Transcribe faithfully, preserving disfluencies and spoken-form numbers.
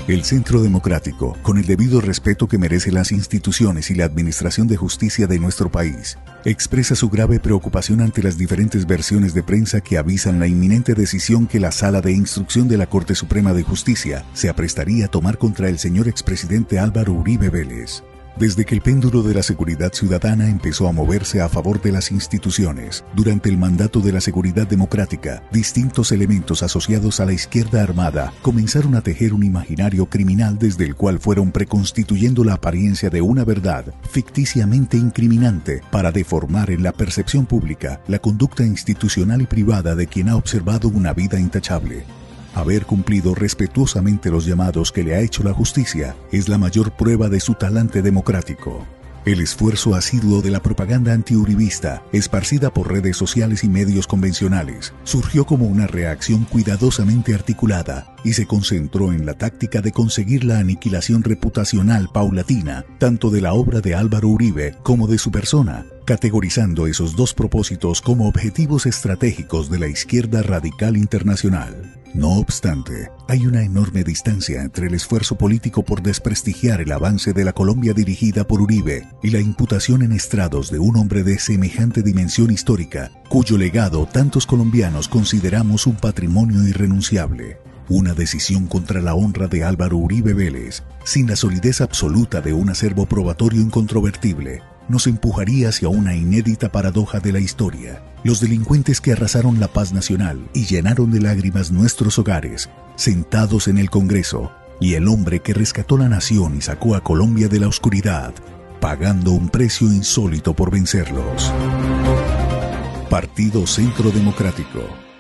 El Centro Democrático, con el debido respeto que merecen las instituciones y la administración de justicia de nuestro país, expresa su grave preocupación ante las diferentes versiones de prensa que avisan la inminente decisión que la Sala de Instrucción de la Corte Suprema de Justicia se aprestaría a tomar contra el señor expresidente Álvaro Uribe Vélez. Desde que el péndulo de la seguridad ciudadana empezó a moverse a favor de las instituciones, durante el mandato de la seguridad democrática, distintos elementos asociados a la izquierda armada comenzaron a tejer un imaginario criminal desde el cual fueron preconstituyendo la apariencia de una verdad ficticiamente incriminante para deformar en la percepción pública la conducta institucional y privada de quien ha observado una vida intachable. Haber cumplido respetuosamente los llamados que le ha hecho la justicia es la mayor prueba de su talante democrático. El esfuerzo asiduo de la propaganda antiuribista, esparcida por redes sociales y medios convencionales, surgió como una reacción cuidadosamente articulada y se concentró en la táctica de conseguir la aniquilación reputacional paulatina, tanto de la obra de Álvaro Uribe como de su persona, categorizando esos dos propósitos como objetivos estratégicos de la izquierda radical internacional. No obstante, hay una enorme distancia entre el esfuerzo político por desprestigiar el avance de la Colombia dirigida por Uribe y la imputación en estrados de un hombre de semejante dimensión histórica, cuyo legado tantos colombianos consideramos un patrimonio irrenunciable. Una decisión contra la honra de Álvaro Uribe Vélez, sin la solidez absoluta de un acervo probatorio incontrovertible, nos empujaría hacia una inédita paradoja de la historia. Los delincuentes que arrasaron la paz nacional y llenaron de lágrimas nuestros hogares, sentados en el Congreso, y el hombre que rescató la nación y sacó a Colombia de la oscuridad, pagando un precio insólito por vencerlos. Partido Centro Democrático.